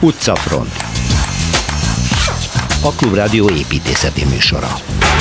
Utcafront. A Klubrádió építészeti műsora.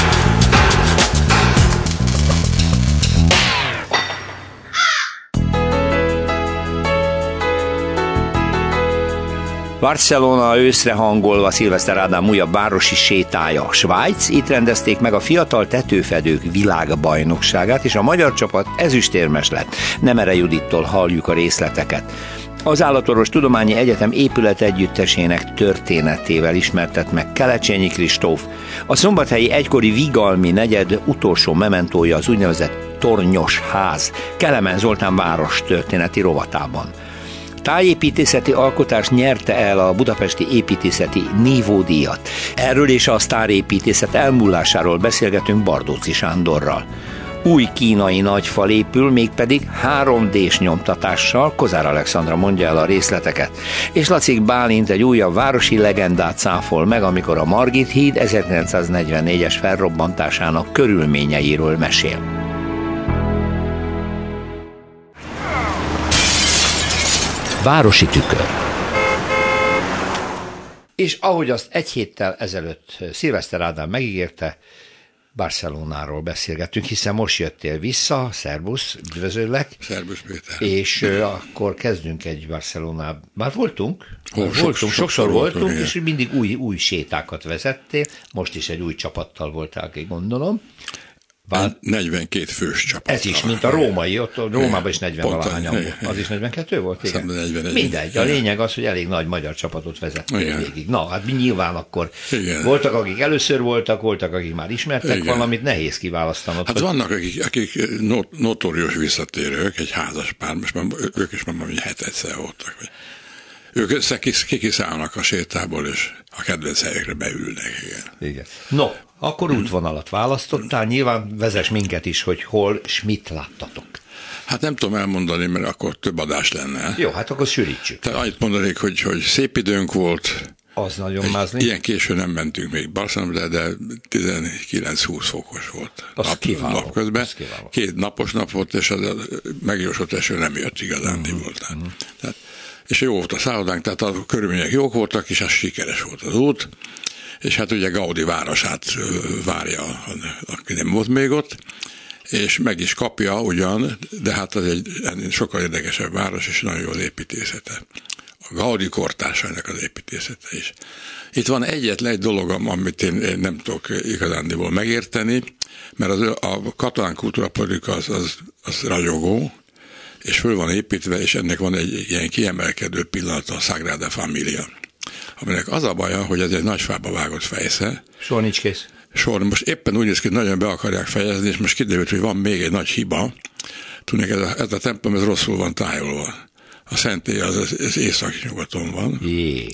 Barcelona őszre hangolva Szilveszter Ádám újabb városi sétája. Svájc, itt rendezték meg a fiatal tetőfedők világbajnokságát, és a magyar csapat ezüstérmes lett. Nemere Judittól halljuk a részleteket. Az Állatorvos Tudományi Egyetem épületegyüttesének történetével ismertet meg Kelecsényi Kristóf. A szombathelyi egykori Vigalmi negyed utolsó mementója az úgynevezett Tornyos ház, Kelemen Zoltán város történeti rovatában. Tájépítészeti alkotás nyerte el a budapesti építészeti nívódíjat. Erről és a sztárépítészet elmúlásáról beszélgetünk Bardóczy Sándorral. Új kínai nagyfal épül, mégpedig 3D-s nyomtatással, Kozár Alexandra mondja el a részleteket. És Lacik Bálint egy újabb városi legendát cáfol meg, amikor a Margit híd 1944-es felrobbantásának körülményeiről mesél. Városi tükör. És ahogy azt egy héttel ezelőtt Szilveszter Ádám megígérte, Barcelonáról beszélgettünk, hiszen most jöttél vissza, szervusz, üdvözöllek. Szervusz Péter. És akkor kezdünk egy Barcelonában. Már voltunk? Sokszor voltunk, igen. És mindig új sétákat vezettél, most is egy új csapattal voltál, gondolom. 42 fős csapat. Ez is, mint a római, ott Rómában is 40-valahányan volt. Az is 42 volt? Igen. 41. Mindegy. A lényeg az, hogy elég nagy magyar csapatot vezettél végig. Na, hát nyilván akkor voltak, akik először voltak, akik már ismertek valamit, nehéz kiválasztanod. Hát vannak, akik notórius visszatérők, egy házas pár, most már, ők is már 7-szer voltak. Ők össze kikiszállnak a sétából, és a kedvenc helyekre beülnek. Igen. No, akkor útvonalat választottál, nyilván vezess minket is, hogy hol és mit láttatok. Hát nem tudom elmondani, mert akkor több adás lenne. Jó, hát akkor sűrítsük. Tehát annyit mondanék, hogy szép időnk volt. Az nagyon mázni. Ilyen későn nem mentünk még Barcelonába, de 19-20 fokos volt. Napközben. 2 napos nap volt, és az megjósott eső nem jött igazán voltál. Tehát, és jó volt a szállodánk, tehát a körülmények jók voltak, és az sikeres volt az út. És hát ugye Gaudi városát várja, aki nem volt még ott, és meg is kapja ugyan, de hát az egy sokkal érdekesebb város, és nagyon jó az építészete. A Gaudi kortársának az építészete is. Itt van egyetlen egy dolog, amit én nem tudok igazándiból megérteni, mert a katalán kultúrapolitika az ragyogó, és föl van építve, és ennek van egy ilyen kiemelkedő pillanata, a Sagrada Familia, aminek az a baja, hogy ez egy nagy fába vágott fejsze. Soha nincs kész. Most éppen úgy néz ki, hogy nagyon be akarják fejezni, és most kiderült, hogy van még egy nagy hiba. Tudnék, ez a templom ez rosszul van tájolva. A szentély az észak-nyugaton van. Jé.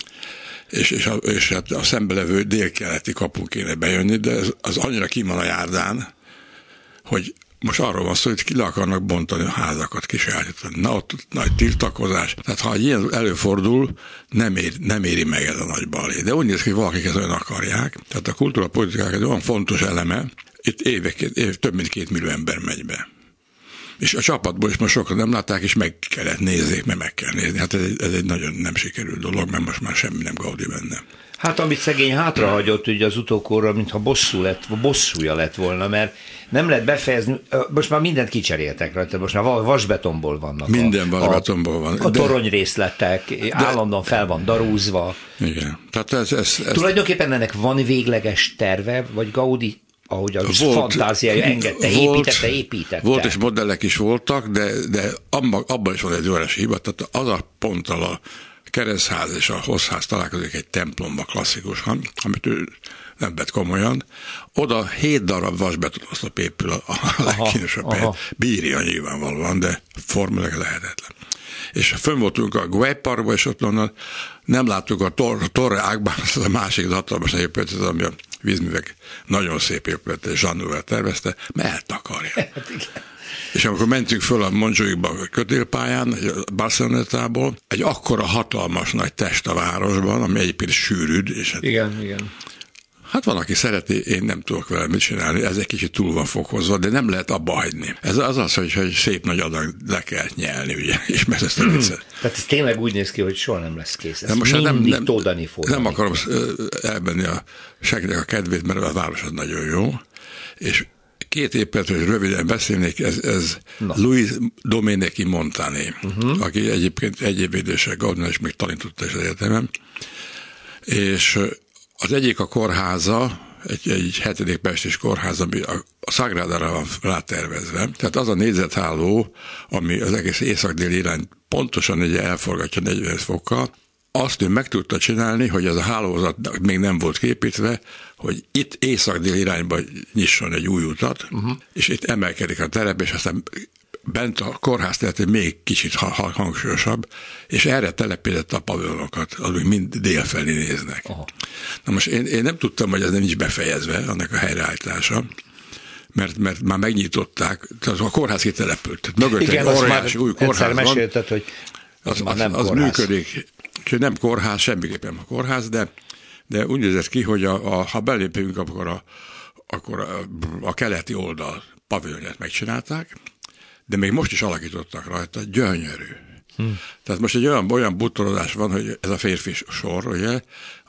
És hát a szembelevő dél-keleti kapun kéne bejönni, de az annyira ki van a járdán, hogy most arról van szó, hogy ki le akarnak bontani a házakat, kisállítani. Na, ott nagy tiltakozás. Tehát ha ilyen előfordul, nem éri meg ez a nagy balé. De úgy néz ki, hogy valakik ezt olyan akarják. Tehát a kultúrapolitikák egy olyan fontos eleme, itt több mint 2 millió ember megy be. És a csapatból is most sokan nem látták, és meg kellett nézzék, mert meg kell nézni. Hát ez egy nagyon nem sikerült dolog, mert most már semmi nem Gaudi benne. Hát amit szegény hátrahagyott ugye az utókorra, mintha bosszúja lett volna, mert nem lehet befejezni, most már mindent kicseréltek rajta, most már vasbetonból vannak. Minden vasbetonból van. A toronyrészletek, állandóan fel van darúzva. Igen. Tehát ez tulajdonképpen ennek van végleges terve, vagy Gaudi, ahogy a fantáziája engedte, építette. Volt, és modellek is voltak, de abban is van egy óriási hiba, tehát az a ponttal a keresztház és a hosszház találkozik egy templomba klasszikusan, amit ő nem vett komolyan. Oda 7 darab vasbetonoszlop épül a legkínosabb helyet. Bírja nyilvánvalóan, de formulag lehetetlen. És fönn voltunk a Güell Parkban, és ott onnan nem láttuk a Torre Ágban, az a másik hatalmas épület, ami a vízművek nagyon szép épület, és Jean Nouvel tervezte, mert eltakarja. És amikor mentünk föl a Montjuïcba a kötélpályán, Barcelonából, egy akkora hatalmas nagy test a városban, ami egyébként sűrűd, és hát igen. Hát van, aki szereti, én nem tudok vele mit csinálni, ez egy kicsit túl van fokozva, de nem lehet abba hagyni. Ez az, hogy szép nagy adag le kell nyelni, ugye, és mert ezt a viccet. Tehát ez tényleg úgy néz ki, hogy soha nem lesz kész. Ez most mindig tódani fog. Nem akarom elbenni senkinek a kedvét, mert a város az nagyon jó, és 2 épület, hogy röviden beszélnék, ez Louis Domenici Montani, aki egyébként egyéb idősek Gardner, és még tanította is az egyetemen, és az egyik a kórháza, egy 7. pestis kórház, ami a Sagrádára van rátervezve. Tehát az a négyzetháló, ami az egész észak-déli irány pontosan ugye elforgatja 40 fokkal, azt ő meg tudta csinálni, hogy ez a hálózat még nem volt képítve, hogy itt észak-dél irányba nyisson egy új utat, és itt emelkedik a terep, és aztán bent a kórház területén még kicsit hangsúlyosabb, és erre telepített a pavilonokat, amik mind délfelé néznek. Aha. Na most én nem tudtam, hogy ez nem nincs befejezve, annak a helyreállítása, mert már megnyitották, tehát a kórház kitelepült. Mögött egy óriási új kórház van. Mesélted, hogy az az működik. Úgyhogy nem kórház, semmiképpen a kórház, de úgy nézett ki, hogy ha belépünk, akkor a keleti oldal pavilonját megcsinálták, de még most is alakítottak rajta, gyönyörű. Tehát most egy olyan bútorodás van, hogy ez a férfi sor, ugye,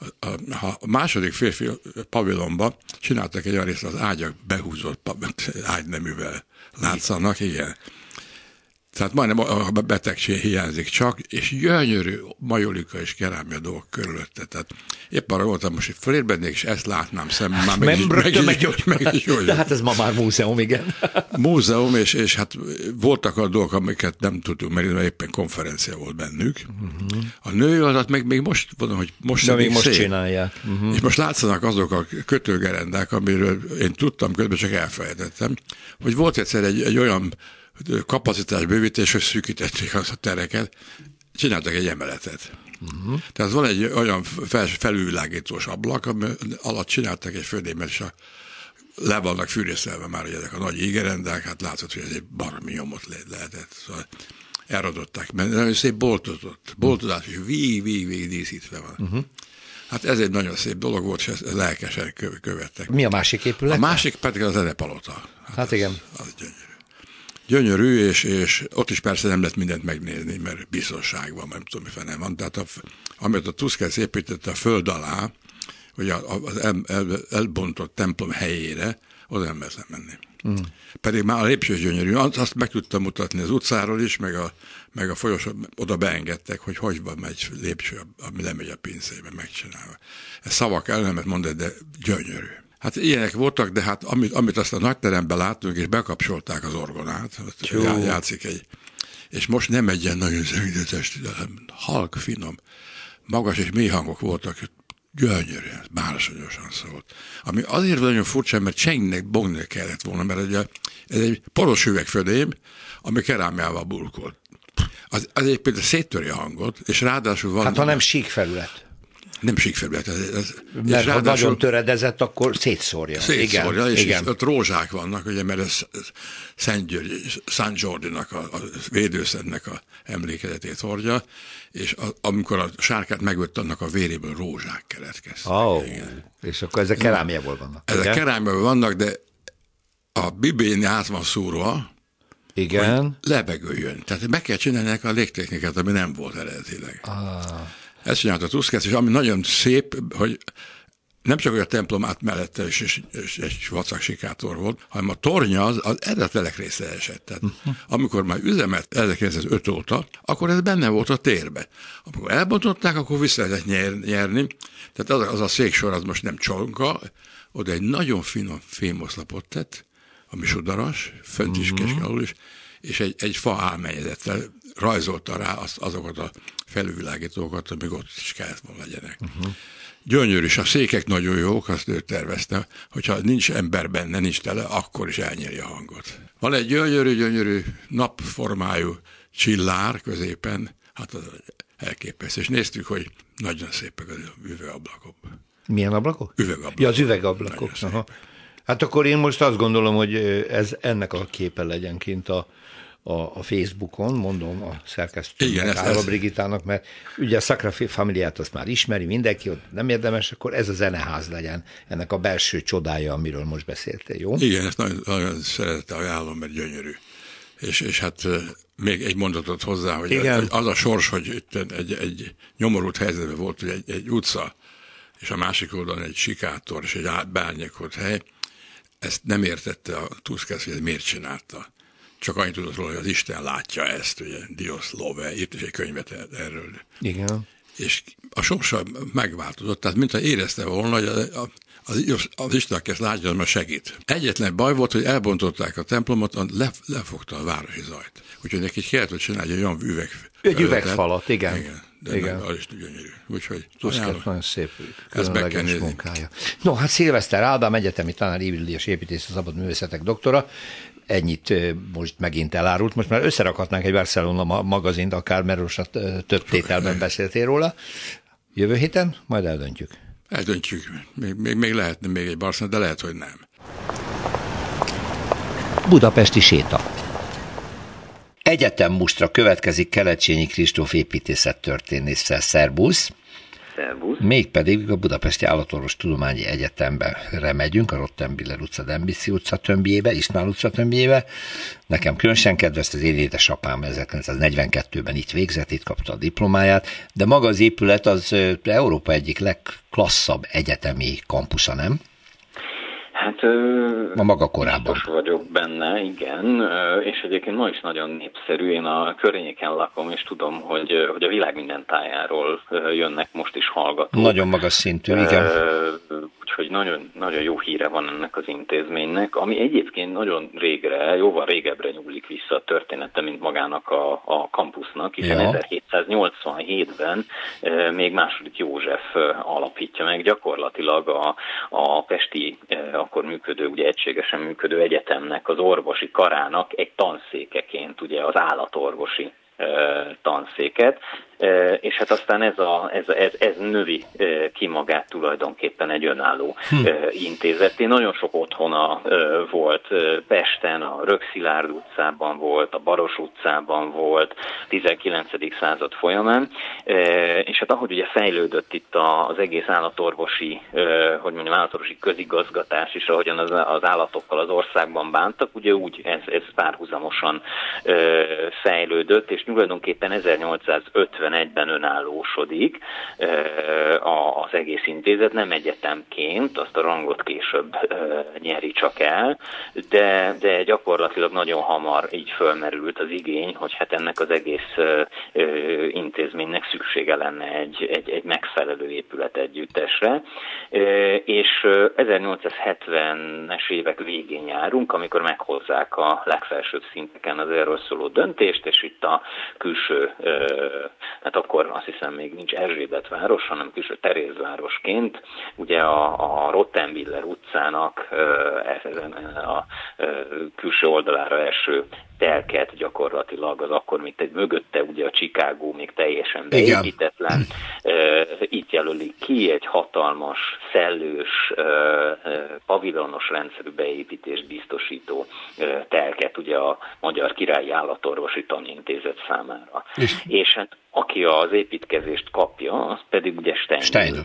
a második férfi pavilonba csináltak egy olyan részt, az ágyak behúzott ágyneművel látszanak, igen. Tehát majdnem a betegség hiányzik csak, és gyönyörű majolika és kerámia dolgok körülötte. Tehát épp arra voltam most, hogy fölérbennék, és ezt látnám szemben. Már meg is de hát ez ma már múzeum, igen. Múzeum, és hát voltak a dolgok, amiket nem tudtuk, mert éppen konferencia volt bennük. A női adat még most mondom, hogy most csinálják. És most látszanak azok a kötőgerendák, amiről én tudtam, közben csak elfelejtettem, hogy volt egyszer egy olyan kapacitásbővítés, hogy szűkítették a tereket, csináltak egy emeletet. Tehát van egy olyan felülvilágítós ablak, ami alatt csináltak egy földémet, és le vannak fűrészelve már ezek a nagy égerendák, hát látszott, hogy ez egy baromi nyomot lehetett. Szóval elradották, mert nagyon szép boltozás, és végig díszítve van. Hát ez egy nagyon szép dolog volt, és ezt lelkesen követtek. Mi a másik épület? A másik pedig az Zenepalota. Hát igen. Az gyönyörű. Gyönyörű, és ott is persze nem lehet mindent megnézni, mert biztonság van, nem tudom, mi fene van. Tehát amit a Tusquets építette a föld alá, hogy az elbontott templom helyére, oda nem lehet menni. Pedig már a lépcső gyönyörű. Azt meg tudtam mutatni az utcáról is, meg a folyosón oda beengedtek, hogy van egy lépcső, ami lemegy a pincébe megcsinálva. Ez szavak ellenet mondani, de gyönyörű. Hát ilyenek voltak, de hát amit azt a nagyteremben láttunk, és bekapcsolták az orgonát, játszik és most nem egy ilyen nagyon zöldötes, halk, finom, magas és mély hangok voltak, gyönyörűen, bársonyosan szólt. Ami azért nagyon furcsa, mert senkinek bogni kellett volna, mert ez egy poros üvegfödém, ami kerámiával burkolt. Az egyébként széttöri a hangot, és ráadásul van... Hát ha nem sík felület. Nem síkfelület. Mert ha nagyon töredezett, akkor szétszórja. Szétszórja, és ott rózsák vannak, ugye, mert ez Szent Jordinak, a védőszentnek a emlékezetét hordja, és amikor a sárkát megölt, annak a véréből rózsák keletkeztek. És akkor ezek kerámiából vannak. Ezek kerámiából vannak, de a Biblián át van szúrva, igen, hogy lebegüljön. Tehát meg kell csinálni a légtechnikát, ami nem volt eredetileg. Ezt csinálta Tusquets, és ami nagyon szép, hogy nem csak hogy a templom át mellette és egy vacak sikátor volt, hanem a tornya az eredetileg része esett. Tehát, amikor már üzemelt 1905 óta, akkor ez benne volt a térbe. Amikor elbontották, akkor vissza lehetett nyerni. Tehát az a széksor az most nem csonka, oda egy nagyon finom fémoszlapot tett, ami sudaras, fönt is, keske alul is, és egy fa álmennyezettel rajzolta rá azokat a felülvilágítókat, amik ott is kellett volna legyenek. Gyönyörű, és a székek nagyon jók, azt ő tervezte, hogyha nincs ember benne, nincs tele, akkor is elnyeri a hangot. Van egy gyönyörű napformájú csillár középen, hát az elképesztő, és néztük, hogy nagyon szépek az üvegablakok. Milyen ablakok? Üvegablakok. Ja, az üvegablakok. Hát akkor én most azt gondolom, hogy ez ennek a képe legyen kint a Facebookon, mondom a szerkesztőnek, Ára Brigitának, mert ugye a Sacra Familiát azt már ismeri mindenki, ott nem érdemes, akkor ez a zeneház legyen, ennek a belső csodája, amiről most beszéltél, jó? Igen, ezt nagyon szeretettel ajánlom, mert gyönyörű. És hát még egy mondatot hozzá, hogy az a sors, hogy itt egy nyomorult helyzetben volt, hogy egy utca, és a másik oldalon egy sikátor, és egy beárnyékolt hely, ezt nem értette a Tuskász, hogy ez miért csinálta. Csak annyit tudott róla, hogy az Isten látja ezt, ugye, Dios love, írt is egy könyvet erről. Igen. És a sorsa megváltozott, tehát mintha érezte volna, hogy az Isten, aki ezt látja, az már segít. Egyetlen baj volt, hogy elbontották a templomot, lefogta a városi zajt. Úgyhogy neki kellett, hogy csinálja egy olyan üvegfalat, igen. Igen. Az is gyönyörű. Úgyhogy nagyon szép, különleges munkája. No, hát Szilveszter Ádám, egyetemi tanár, Ivridíjas építész, a szabad művészetek doktora. Ennyit most megint elárult. Most már összerakhatnánk egy Barcelona magazint, akár, mert most több tételben beszéltél róla. Jövő héten majd eldöntjük. Eldöntjük. Még lehetne még egy Barcelona, de lehet, hogy nem. Budapesti séta. Egyetemmustra következik Kelecsényi Kristóf építészettörténésszel. Szerbusz! Szerbusz! Mégpedig a Budapesti Állatorvostudományi Egyetemre megyünk, a Rottenbiller utca, Dembiszi utca tömbjébe, István utca tömbjébe. Nekem különösen kedveszt, az én édesapám 1942-ben itt végzett, itt kapta a diplomáját, de maga az épület az Európa egyik legklasszabb egyetemi kampusza, nem? Hát a maga korában. Biztos vagyok benne, igen, és egyébként ma is nagyon népszerű. Én a környéken lakom, és tudom, hogy a világ minden tájáról jönnek most is hallgatók. Nagyon magas szintű, igen. Úgyhogy nagyon, nagyon jó híre van ennek az intézménynek, ami egyébként nagyon régre, jóval régebbre nyúlik vissza a története, mint magának a kampusznak, hiszen 1787-ben még II. József alapítja meg gyakorlatilag a pesti, akkor működő, ugye egységesen működő egyetemnek, az orvosi karának egy tanszékeként, ugye az állatorvosi tanszéket, és hát aztán ez növi ki magát tulajdonképpen egy önálló intézetté. Nagyon sok otthona volt Pesten, a Rökszilárd utcában volt, a Baros utcában volt, 19. század folyamán, és hát ahogy ugye fejlődött itt az egész állatorvosi, állatorvosi közigazgatás is, ahogyan az állatokkal az országban bántak, ugye úgy ez párhuzamosan fejlődött, és tulajdonképpen 1851-ben önállósodik az egész intézet, nem egyetemként, azt a rangot később nyeri csak el, de gyakorlatilag nagyon hamar így fölmerült az igény, hogy hát ennek az egész intézménynek szüksége lenne egy megfelelő épület együttesre, és 1870-es évek végén járunk, amikor meghozzák a legfelsőbb szinteken az erről szóló döntést, és itt a külső, hát akkor azt hiszem még nincs Erzsébetváros, hanem külső Terézvárosként, ugye a Rottenbiller utcának a külső oldalára eső telket gyakorlatilag az akkor még mögötte ugye a Chicago még teljesen beépítetlen. Itt jelölik ki egy hatalmas, szellős, pavilonos rendszerű beépítést biztosító telket ugye a Magyar Királyi Állatorvosi Tanintézet számára. És hát aki az építkezést kapja, az pedig ugye Steindl,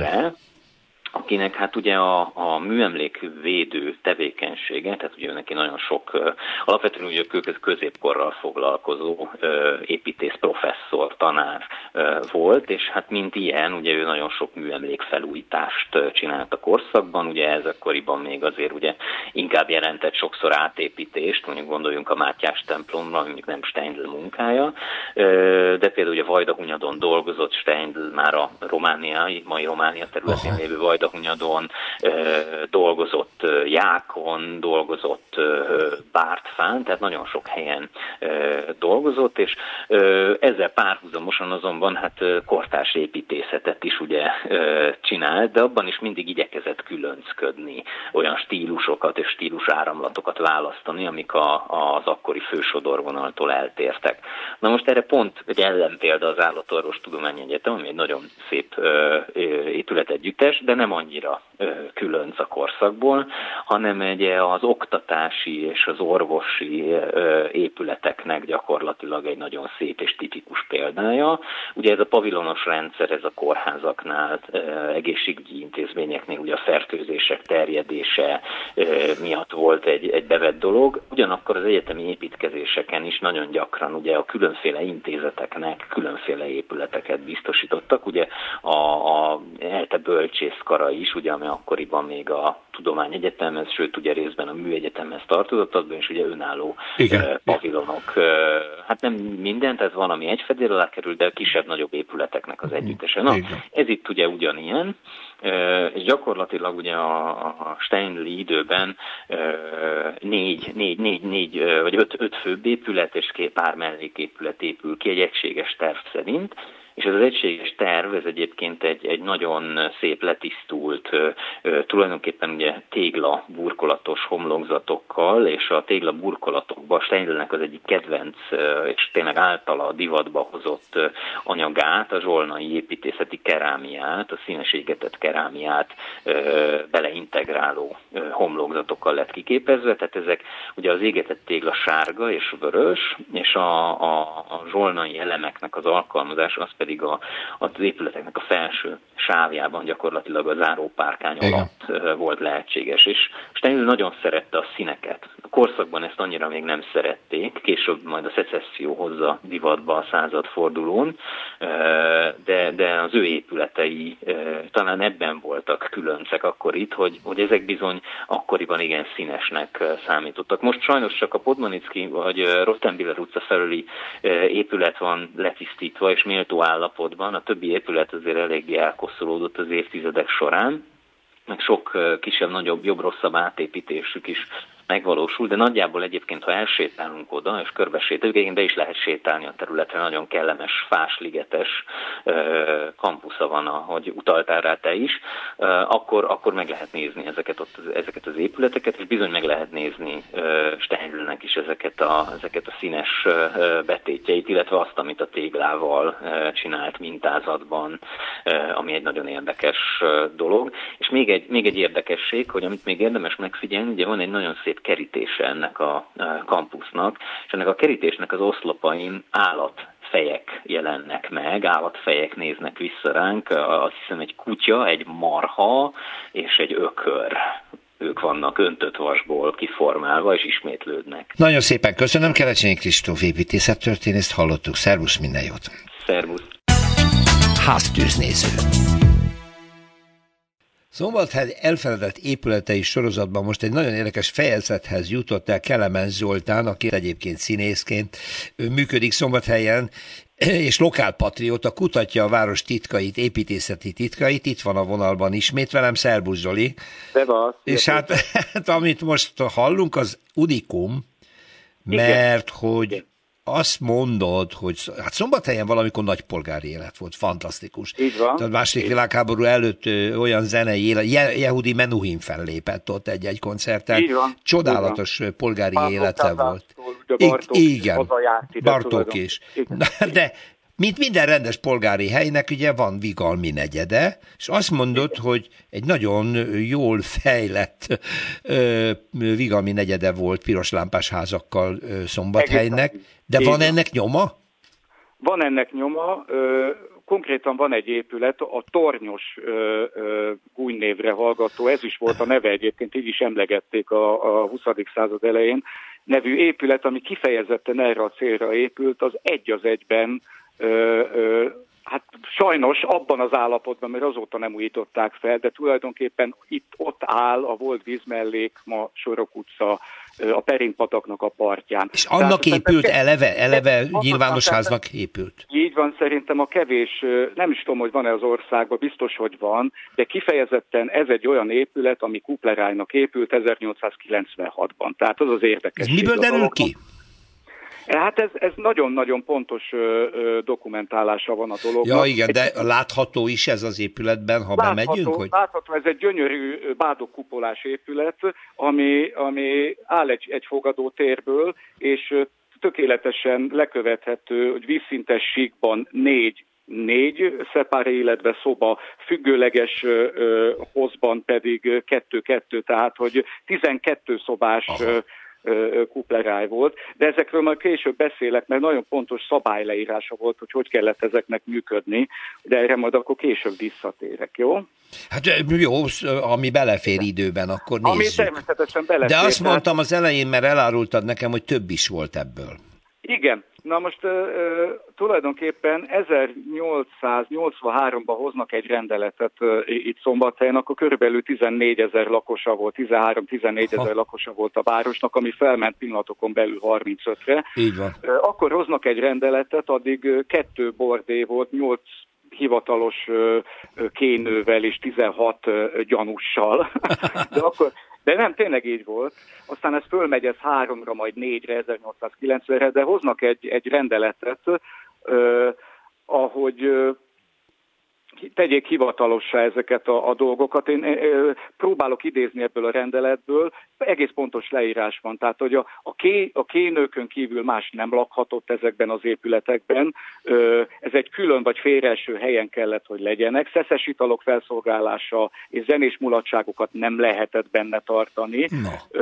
akinek hát ugye a műemlékvédő tevékenysége, tehát ugye neki nagyon sok, alapvetően ugye középkorral foglalkozó építész professzor, tanár volt, és hát mint ilyen, ugye ő nagyon sok műemlékfelújítást csinált a korszakban, ugye ez akkoriban még azért ugye inkább jelentett sokszor átépítést, mondjuk gondoljunk a Mátyás templomra, mondjuk nem Steindl munkája, de például ugye Vajdahunyadon dolgozott Steindl már a mai Románia területén lévő Vajdahunyadon, dolgozott Jákon, dolgozott Bártfán, tehát nagyon sok helyen dolgozott, és ezzel párhuzamosan azonban hát kortárs építészetet is ugye csinált, de abban is mindig igyekezett különcködni, olyan stílusokat és stílusáramlatokat választani, amik az akkori fősodorvonaltól eltértek. Na most erre pont egy ellenpélda az Állatorvostudományi Egyetem, ami egy nagyon szép épületegyüttes, de nem annyira különc a korszakból, hanem az oktatási és az orvosi épületeknek gyakorlatilag egy nagyon szép és tipikus példája. Ugye ez a pavilonos rendszer, ez a kórházaknál, egészségügyi intézményeknél ugye a fertőzések terjedése miatt volt egy bevett dolog. Ugyanakkor az egyetemi építkezéseken is nagyon gyakran ugye a különféle intézeteknek különféle épületeket biztosítottak. Ugye a ELTE bölcsészkara is, ugye, ami akkoriban még a Tudományegyetemhez, sőt ugye részben a Műegyetemhez tartozott, azban is ugye önálló pavilonok. Hát nem minden, tehát van, ami egy fedél alá kerül, de kisebb-nagyobb épületeknek az együttese. Na, ez itt ugye ugyanilyen, és gyakorlatilag ugye a Steinli időben négy vagy öt főbb épület és pár melléképület épül ki egy egységes terv szerint, és ez az egységes terv, ez egyébként egy nagyon szép letisztult, tulajdonképpen ugye tégla burkolatos homlokzatokkal, és a tégla burkolatokban Steinlnek az egyik kedvenc, és tényleg általa divatba hozott anyagát, a zsolnai építészeti kerámiát, a színes égetett kerámiát beleintegráló homlokzatokkal lett kiképezve, tehát ezek ugye az égetett tégla sárga és vörös, és a zsolnai elemeknek az alkalmazása az pedig az épületeknek a felső sávjában gyakorlatilag a zárópárkány alatt volt lehetséges. És Steinl nagyon szerette a színeket. A korszakban ezt annyira még nem szerették, később majd a szecesszió hozza divatba a századfordulón, de az ő épületei talán ebben voltak különcek akkor itt, hogy ezek bizony akkoriban igen színesnek számítottak. Most sajnos csak a Podmanicki vagy Rottenbiller utca felüli épület van letisztítva és méltó állapotban, a többi épület azért eléggé elkoszolódott az évtizedek során, meg sok kisebb-nagyobb, jobb-rosszabb átépítésük is megvalósul, de nagyjából egyébként, ha elsétálunk oda, és körbesétáljuk, egyébként be is lehet sétálni a területre, nagyon kellemes, fásligetes kampusza van, ahogy utaltál rá te is, akkor meg lehet nézni ezeket az épületeket, és bizony meg lehet nézni Steinlnek is ezeket a színes betétjeit, illetve azt, amit a téglával csinált mintázatban, ami egy nagyon érdekes dolog. És még egy érdekesség, hogy amit még érdemes megfigyelni, ugye van egy nagyon szép kerítése ennek a kampusznak, és ennek a kerítésnek az oszlopain állatfejek jelennek meg, állatfejek néznek vissza ránk, azt hiszem egy kutya, egy marha és egy ökör. Ők vannak öntött vasból kiformálva, és ismétlődnek. Nagyon szépen köszönöm, Kerecsényi Kristóf építészettörténészt hallottuk. Szervusz, minden jót! Szervusz! Háztűznéző. Szombathely elfeledett épületei sorozatban most egy nagyon érdekes fejezethez jutott el Kelemen Zoltán, aki egyébként színészként működik Szombathelyen, és lokálpatrióta, kutatja a város titkait, építészeti titkait. Itt van a vonalban ismét velem, szervusz Zsoli. És hát amit most hallunk, az unikum, mert hogy azt mondod, hogy hát Szombathelyen valamikor nagy polgári élet volt, fantasztikus. Így van. Tehát második világháború előtt olyan zenei élet, Yehudi Menuhin fellépett ott egy koncerten. Így van. Csodálatos polgári élete volt. Igen, Bartók is. De mint minden rendes polgári helynek, ugye van Vigalmi negyede, és azt mondod, hogy egy nagyon jól fejlett Vigalmi negyede volt piroslámpás házakkal Szombathelynek, de van ennek nyoma? Van ennek nyoma, konkrétan van egy épület, a Tornyos gúnynévre hallgató, ez is volt a neve egyébként, így is emlegették a 20. század elején, nevű épület, ami kifejezetten erre a célra épült, az egy az egyben, hát sajnos abban az állapotban, mert azóta nem újították fel, de tulajdonképpen ott áll a volt vízmellék, ma Sorok utca, a Perinkpataknak a partján. És annak tehát, épült eleve nyilvános háznak épült? Így van, szerintem a kevés, nem is tudom, hogy van-e az országban, biztos, hogy van, de kifejezetten ez egy olyan épület, ami Kuplerájnak épült 1896-ban. Tehát az az érdekes. Ez miből derül ki? Hát ez nagyon-nagyon pontos dokumentálása van a dolognak. Ja igen, de látható is ez az épületben, ha bemegyünk? Hogy... Látható, ez egy gyönyörű bádogkupolás épület, ami áll egy fogadótérből, és tökéletesen lekövethető, hogy vízszintes síkban 4 szeparé, illetve szoba, függőleges hozban pedig 2-2, tehát hogy 12 szobás kupleráj volt, de ezekről majd később beszélek, mert nagyon pontos szabályleírása volt, hogy kellett ezeknek működni, de erre majd akkor később visszatérek, jó? Hát jó, ami belefér időben, akkor nézzük. Ami természetesen belefér. De azt mondtam az elején, mert elárultad nekem, hogy több is volt ebből. Igen. Na most tulajdonképpen 1883-ban hoznak egy rendeletet itt Szombathelyen, akkor körülbelül 14 000 lakosa volt, 13-14 000 lakosa volt a városnak, ami felment pillanatokon belül 35-re. Így van. Akkor hoznak egy rendeletet, addig 2 bordé volt, 8 hivatalos kénővel és 16 gyanússal. De nem, tényleg így volt. Aztán ez fölmegy, ez 3-ra, majd 4-re, 1890-re, de hoznak egy rendeletet, ahogy tegyék hivatalossá ezeket a dolgokat. Én próbálok idézni ebből a rendeletből, egész pontos leírás van, tehát hogy a kénőkön kívül más nem lakhatott ezekben az épületekben, ez egy külön vagy félreeső helyen kellett, hogy legyenek, szeszes italok felszolgálása és zenés mulatságokat nem lehetett benne tartani. No.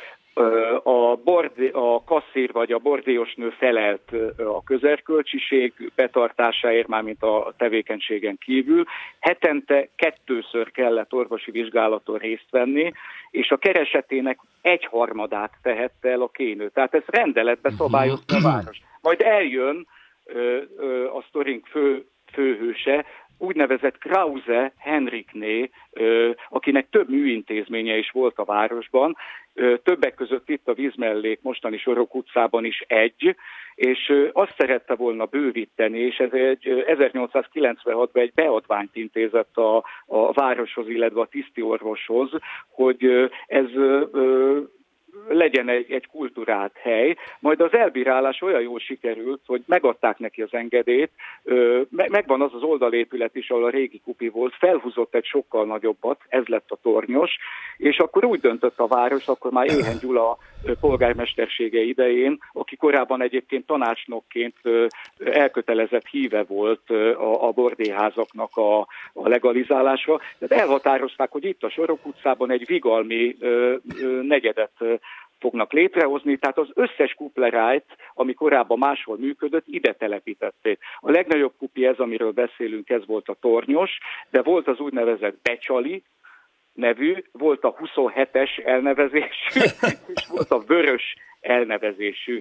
A kasszír vagy a bordélyosnő felelt a közerkölcsiség betartásáért, mármint a tevékenységen kívül. Hetente 2-ször kellett orvosi vizsgálaton részt venni, és a keresetének 1/3 tehette el a kénő. Tehát ez rendeletbe szabályozta a város. Majd eljön a sztorink főhőse, úgynevezett Krause Henrikné, akinek több műintézménye is volt a városban, többek között itt a Vízmellék mostani Sorok utcában is egy, és azt szerette volna bővíteni, és ez 1896-ban egy beadványt intézett a városhoz, illetve a tisztiorvoshoz, hogy ez legyen egy kulturált hely. Majd az elbírálás olyan jól sikerült, hogy megadták neki az engedélyt, megvan az oldalépület is, ahol a régi kupi volt, felhúzott egy sokkal nagyobbat, ez lett a tornyos, és akkor úgy döntött a város, akkor már Éhen Gyula polgármestersége idején, aki korábban egyébként tanácsnokként elkötelezett híve volt a bordélyházaknak a legalizálásra. Tehát elhatározták, hogy itt a Sorok utcában egy vigalmi negyedet fognak létrehozni, tehát az összes kuplerájt, ami korábban máshol működött, ide telepítették. A legnagyobb kupi ez, amiről beszélünk, ez volt a tornyos, de volt az úgynevezett becsali nevű, volt a 27-es elnevezésű, és volt a vörös elnevezésű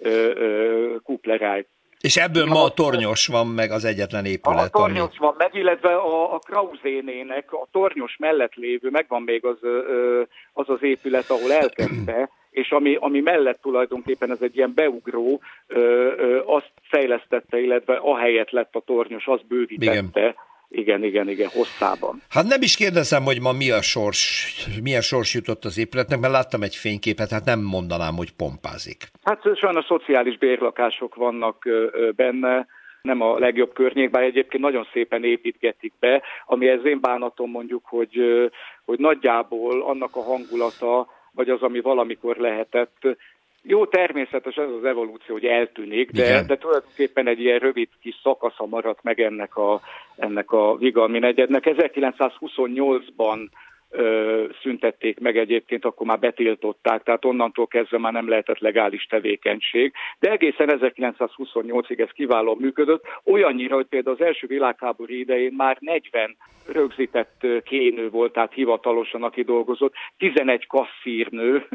kupleráj. És ebből ma a tornyos van meg az egyetlen épület. A tornyos van meg, illetve a Krausénének a tornyos mellett lévő, megvan még az épület, ahol elkezdte, és ami mellett tulajdonképpen ez egy ilyen beugró, azt fejlesztette, illetve ahelyett lett a tornyos, azt bővítette. Igen, hosszában. Hát nem is kérdezem, hogy ma milyen sors jutott az épületnek, mert láttam egy fényképet, hát nem mondanám, hogy pompázik. Hát sajnos szociális bérlakások vannak benne, nem a legjobb környék, bár egyébként nagyon szépen építgetik be, ami ez én bánatom mondjuk, hogy nagyjából annak a hangulata, vagy az, ami valamikor lehetett. Jó, természetes ez az evolúció, hogy eltűnik, de tulajdonképpen egy ilyen rövid kis szakasza maradt meg ennek a vigalmi negyednek. 1928-ban szüntették meg egyébként, akkor már betiltották, tehát onnantól kezdve már nem lehetett legális tevékenység, de egészen 1928-ig ez kiválóan működött, olyannyira, hogy például az első világháború idején már 40 rögzített kénő volt, tehát hivatalosan, aki dolgozott, 11 kasszírnő,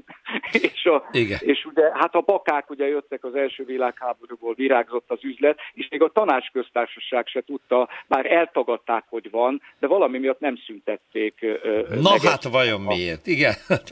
és ugye, hát a bakák ugye jöttek az első világháborúból, virágzott az üzlet, és még a tanácsköztársaság se tudta, bár eltagadták, hogy van, de valami miatt nem szüntették. Na hát vajon miért? Igen.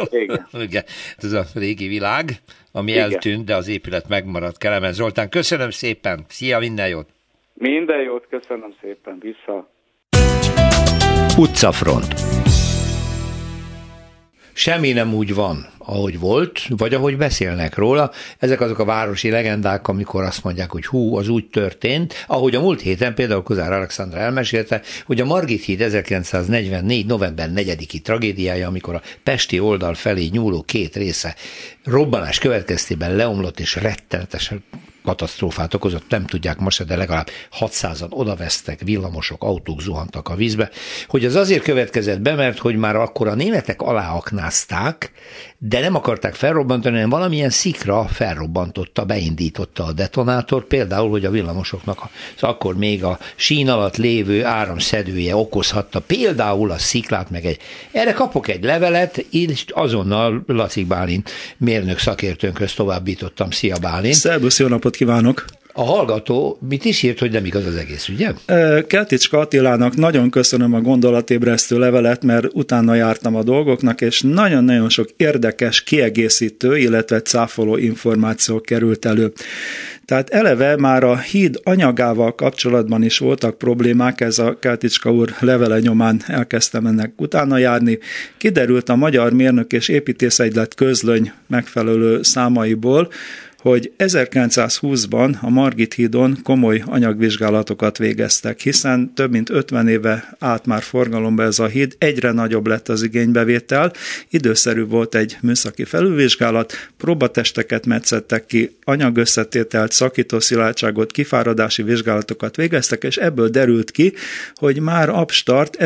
Ez a régi világ, ami eltűnt, de az épület megmaradt. Kelemen Zoltán, köszönöm szépen. Szia, minden jót. Minden jót, köszönöm szépen. Vissza. Utcafront. semmi nem úgy van, ahogy volt, vagy ahogy beszélnek róla. Ezek azok a városi legendák, amikor azt mondják, hogy hú, az úgy történt, ahogy a múlt héten például Kozár Alexandra elmesélte, hogy a Margit híd 1944. november 4-i tragédiája, amikor a pesti oldal felé nyúló két része robbanás következtében leomlott és rettenetesen katasztrófát okozott, nem tudják most, de legalább 600-an odavesztek, villamosok, autók zuhantak a vízbe, hogy az azért következett be, mert hogy már akkor a németek aláaknázták, de nem akarták felrobbantani, hanem valamilyen szikra felrobbantotta, beindította a detonátor, például, hogy a villamosoknak az akkor még a sín alatt lévő áramszedője okozhatta például a sziklát, meg erre kapok egy levelet, és azonnal Lacik Bálint mérnök szakértőnkhöz továbbítottam. Szia Bálint! Szerbusz, jó napot kívánok! A hallgató mit is írt, hogy nem igaz az egész, ugye? Kelticska Attilának nagyon köszönöm a gondolatébresztő levelet, mert utána jártam a dolgoknak, és nagyon-nagyon sok érdekes, kiegészítő, illetve cáfoló információ került elő. Tehát eleve már a híd anyagával kapcsolatban is voltak problémák, ez a Kelticska úr levele nyomán elkezdtem ennek utána járni. Kiderült a Magyar Mérnök és Építészegylet közlöny megfelelő számaiból, hogy 1920-ban a Margit hídon komoly anyagvizsgálatokat végeztek, hiszen több mint 50 éve állt már forgalomba ez a híd, egyre nagyobb lett az igénybevétel, időszerű volt egy műszaki felülvizsgálat, próbatesteket metszettek ki, anyagösszetételt, szakítószilárdságot, kifáradási vizsgálatokat végeztek, és ebből derült ki, hogy már abstart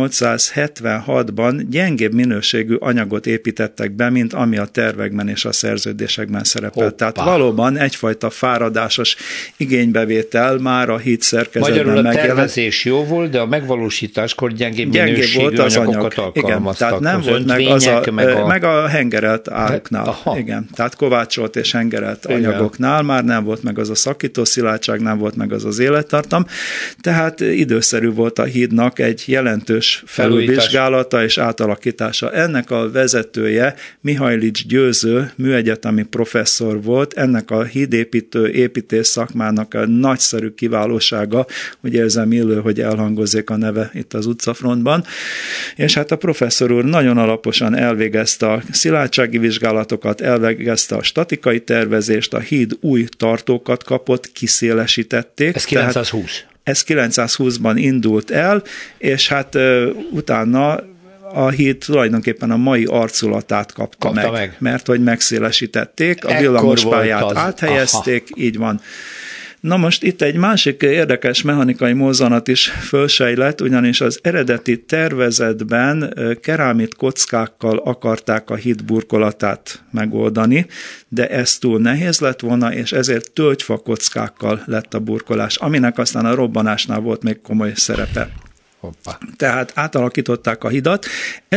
1876-ban gyengébb minőségű anyagot építettek be, mint ami a tervekben és a szerződésekben szerepelt. Tehát valóban egyfajta fáradásos igénybevétel már a híd szerkezetben magyarul megjelent. A tervezés jó volt, de a megvalósításkor gyengébb minőségű volt az anyagokat anyag. alkalmaztak. Igen, tehát nem volt meg a hengerelt áruknál. Igen, tehát kovácsolt és hengerelt anyagoknál már nem volt meg az a szakítószilárdság, nem volt meg az az élettartam. Tehát időszerű volt a hídnak egy jelentős felülvizsgálata és átalakítása. Ennek a vezetője Mihajlics Győző műegyetemi professzor volt, ennek a hídépítő építész szakmának a nagyszerű kiválósága, hogy érzem illő, hogy elhangozik a neve itt az utcafrontban. És hát a professzor úr nagyon alaposan elvégezte a szilárdsági vizsgálatokat, elvégezte a statikai tervezést, a híd új tartókat kapott, kiszélesítették. Ez 920. Ez 920-ban indult el, és hát utána a híd tulajdonképpen a mai arculatát kapta meg, mert hogy megszélesítették, a villamospályát áthelyezték, így van. Na most itt egy másik érdekes mechanikai mozzanat is fölsejlett, ugyanis az eredeti tervezetben kerámit kockákkal akarták a híd burkolatát megoldani, de ez túl nehéz lett volna, és ezért tölgyfa kockákkal lett a burkolás, aminek aztán a robbanásnál volt még komoly szerepe. Hoppá. Tehát átalakították a hidat,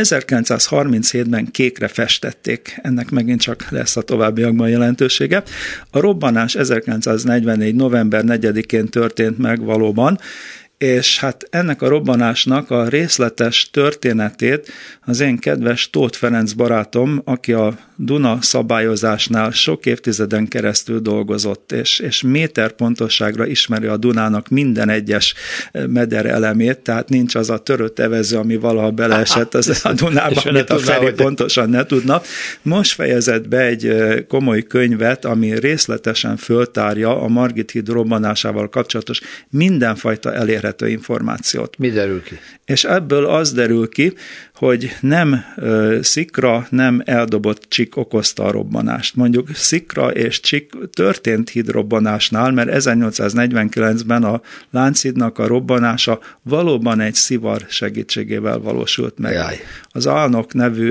1937-ben kékre festették, ennek megint csak lesz a továbbiakban jelentősége. A robbanás 1944. november 4-én történt meg valóban, és hát ennek a robbanásnak a részletes történetét az én kedves Tóth Ferenc barátom, aki a Duna szabályozásnál sok évtizeden keresztül dolgozott, és méter pontosságra ismeri a Dunának minden egyes meder elemét, tehát nincs az a törött evező, ami valaha beleesett a Dunába, amit a Feri pontosan ne tudna. Most fejezett be egy komoly könyvet, ami részletesen föltárja a Margit híd robbanásával kapcsolatos mindenfajta elérhető információt. Mi derül ki? És ebből az derül ki, hogy nem szikra, nem eldobott csik okozta a robbanást. Mondjuk szikra és csik történt hídrobbanásnál, mert 1849-ben a Lánchídnak a robbanása valóban egy szivar segítségével valósult meg. Jaj. Az Álnok nevű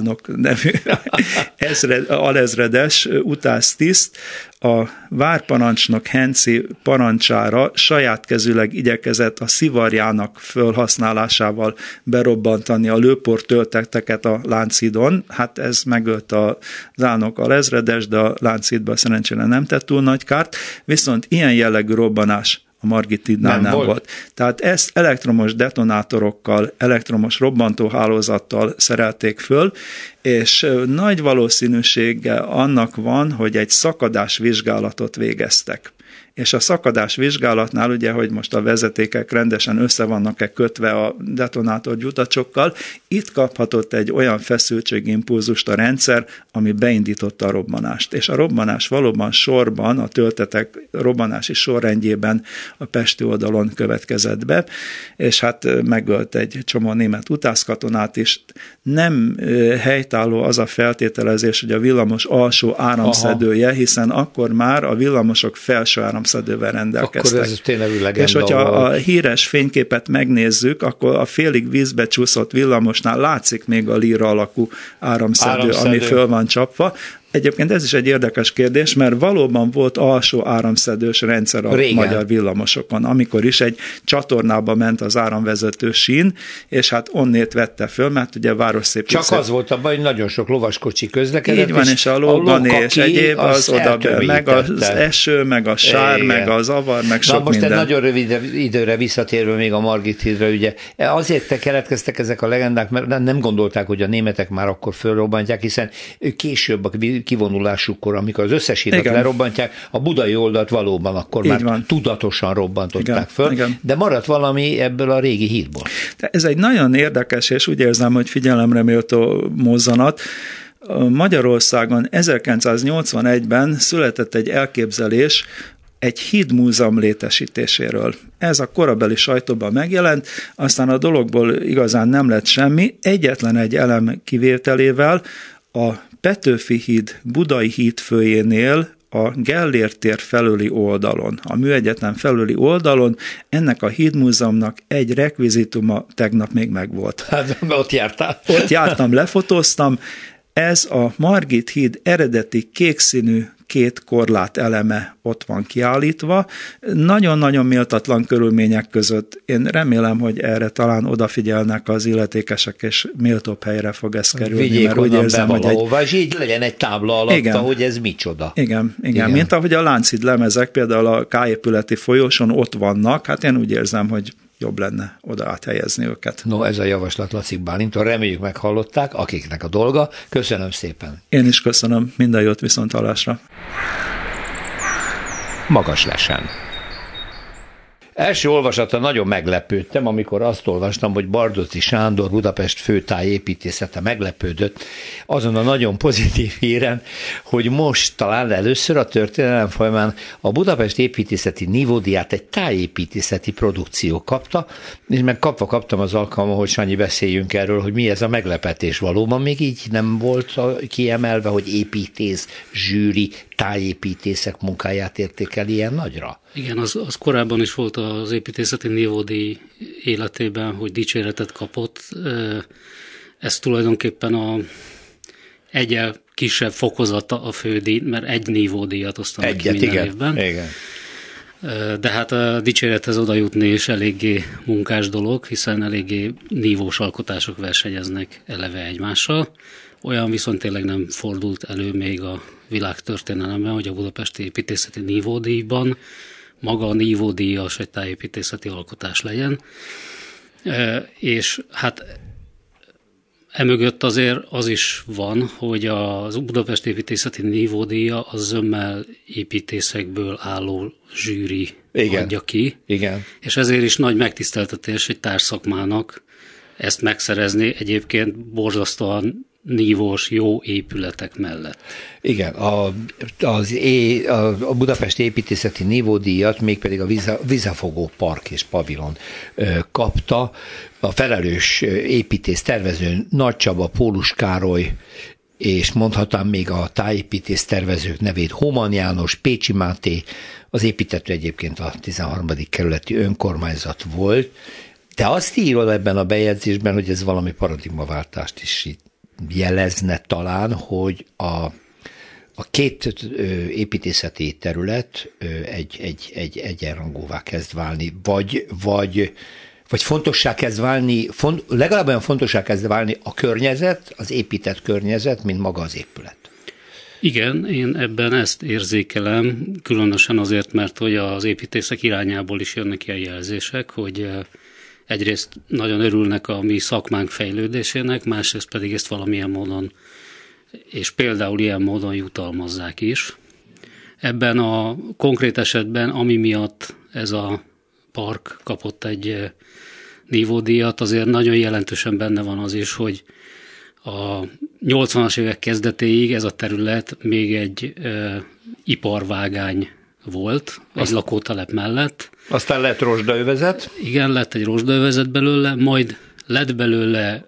alezredes utásztiszt a várparancsnok Henci parancsára saját kezüleg igyekezett a szivarjának felhasználásával berobbantani a lőportölteteket a Lánchídon. Hát ez megölt az Álnok alezredes, de a Lánchídban szerencsére nem tett túl nagy kárt, viszont ilyen jellegű robbanás a Margit hídnál nem volt. Tehát ezt elektromos detonátorokkal, elektromos robbantóhálózattal szerelték föl, és nagy valószínűsége annak van, hogy egy szakadásvizsgálatot végeztek. És a szakadásvizsgálatnál ugye, hogy most a vezetékek rendesen össze vannak-e kötve a detonátor gyutacsokkal, itt kaphatott egy olyan feszültségimpulzust a rendszer, ami beindította a robbanást. És a robbanás valóban sorban, a töltetek robbanási sorrendjében a pesti oldalon következett be, és hát megölt egy csomó német utászkatonát is. Nem helytálló az a feltételezés, hogy a villamos alsó áramszedője, hiszen akkor már a villamosok felső áramszedővel rendelkeztek. Akkor ez tényleg legenda. És hogyha a híres fényképet megnézzük, akkor a félig vízbe csúszott villamosnál látszik még a líra alakú áramszedő, ami föl van csapva. Egyébként ez is egy érdekes kérdés, mert valóban volt alsó áramszedős rendszer a magyar villamosokon, amikor is egy csatornába ment az áramvezető sín, és hát onnét vette föl, mert ugye városszépítés. Csak az volt a baj, hogy nagyon sok lovaskocsi közlekedett. Így van, és a lóbani és egyéb az oda, meg az eső, meg a sár, meg az avar, meg sok most minden. Most egy nagyon rövid időre visszatérve még a Margit hídra, ugye azért keletkeztek ezek a legendák, mert nem gondolták, hogy a németek már akkor fölrobbantják, hiszen később a kivonulásukkor, amikor az összes hidat lerobbantják, a budai oldalt valóban akkor így már van. Tudatosan robbantották föl, de maradt valami ebből a régi hídból. De ez egy nagyon érdekes, és úgy érzem, hogy figyelemre méltó mozzanat. Magyarországon 1981-ben született egy elképzelés egy hídmúzeum létesítéséről. Ez a korabeli sajtóban megjelent, aztán a dologból igazán nem lett semmi, egyetlen egy elem kivételével a Petőfi híd Budai hídfőjénél a Gellért tér felőli oldalon, a Műegyetem felőli oldalon ennek a hídmúzeumnak egy rekvizituma tegnap még megvolt. Hát ott jártál. Ott jártam, lefotóztam. Ez a Margit híd eredeti kékszínű két korlát eleme ott van kiállítva. Nagyon-nagyon méltatlan körülmények között. Én remélem, hogy erre talán odafigyelnek az illetékesek, és méltóbb helyre fog ez kerülni. Vigyék mert úgy érzem, hogy és így legyen egy tábla alatta, igen, hogy ez micsoda. Igen. Mint ahogy a Lánchíd lemezek, például a K-épületi folyóson ott vannak, hát én úgy érzem, hogy jobb lenne oda áthelyezni őket. No, ez a javaslat Laci Bálinttól, reméljük meghallották, akiknek a dolga. Köszönöm szépen. Én is köszönöm, minden jót, viszonthallásra. Magas lesen. Első olvasata nagyon meglepődtem, amikor azt olvastam, hogy Bardóczy Sándor Budapest főtájépítészete meglepődött azon a nagyon pozitív híren, hogy most talán először a történelem folyamán a Budapest építészeti nívódíját egy tájépítészeti produkció kapta, és meg kaptam az alkalmat, hogy Sanyi beszéljünk erről, hogy mi ez a meglepetés. Valóban még így nem volt kiemelve, hogy építész, zsűri, tájépítészek munkáját értékel ilyen nagyra? Igen, az korábban is volt az építészeti nívódíj életében, hogy dicséretet kapott. Ez tulajdonképpen egyel kisebb fokozata a fődíj, mert egy nívódíjat osztanak ki minden évben. Igen. De hát a dicsérethez oda jutni is eléggé munkás dolog, hiszen eléggé nívós alkotások versenyeznek eleve egymással. Olyan viszont tényleg nem fordult elő még a világtörténelemben, hogy a budapesti építészeti nívódíjban maga a nívódíjas egy tájépítészeti alkotás legyen. És hát emögött azért az is van, hogy a Budapesti építészeti nívódíja a zömmel építészekből álló zsűri adja ki. Igen. És ezért is nagy megtiszteltetés egy társszakmának ezt megszerezni egyébként borzasztóan nívós, jó épületek mellett. Igen, a Budapesti építészeti nívódíjat mégpedig a Vizafogó Park és Pavilon kapta. A felelős építész tervező Nagy Csaba, Pólus Károly, és mondhatnám még a tájépítész tervezők nevét, Homan János, Pécsi Máté, az építető egyébként a 13. kerületi önkormányzat volt, de azt írod ebben a bejegyzésben, hogy ez valami paradigmaváltást is jelezne talán, hogy a két építészeti terület egy egyenrangúvá kezd válni, vagy fontossá kezd válni, legalább olyan fontossá kezd válni a környezet, az épített környezet, mint maga az épület. Igen, én ebben ezt érzékelem, különösen azért, mert hogy az építészek irányából is jönnek ilyen jelzések, hogy egyrészt nagyon örülnek a mi szakmánk fejlődésének, másrészt pedig ezt valamilyen módon, és például ilyen módon jutalmazzák is. Ebben a konkrét esetben, ami miatt ez a park kapott egy nívódíjat, azért nagyon jelentősen benne van az is, hogy a 80-as évek kezdetéig ez a terület még egy iparvágány volt, egy lakótelep mellett. Aztán lett rozsdaövezet? Igen, lett egy rozsdaövezet belőle, majd lett belőle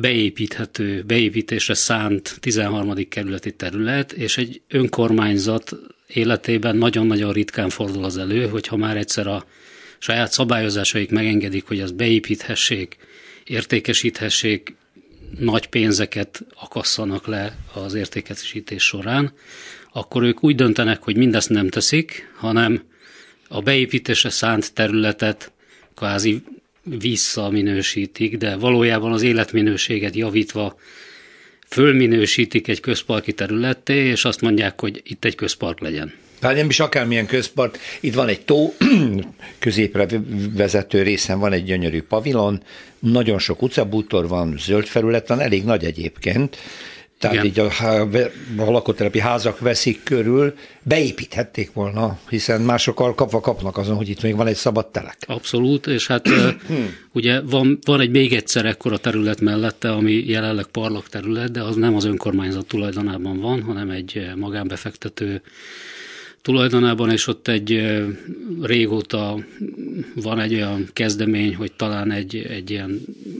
beépítésre szánt 13. kerületi terület, és egy önkormányzat életében nagyon-nagyon ritkán fordul az elő, hogyha már egyszer a saját szabályozásaik megengedik, hogy azt beépíthessék, értékesíthessék, nagy pénzeket akasszanak le az értékesítés során, akkor ők úgy döntenek, hogy mindezt nem teszik, hanem a beépítésre szánt területet kvázi visszaminősítik, de valójában az életminőséget javítva fölminősítik egy közparki területté, és azt mondják, hogy itt egy közpark legyen. Hát nem is akármilyen közpark, itt van egy tó, középre vezető részen van egy gyönyörű pavilon, nagyon sok utcabútor van, zöld felület van, elég nagy egyébként, tehát így a lakótelepi házak veszik körül, beépíthették volna, hiszen másokkal kapnak azon, hogy itt még van egy szabad telek. Abszolút, és hát ugye van egy még egyszer ekkora terület mellette, ami jelenleg parlak terület, de az nem az önkormányzat tulajdonában van, hanem egy magánbefektető tulajdonában, és ott egy régóta van egy olyan kezdemény, hogy talán egy ilyen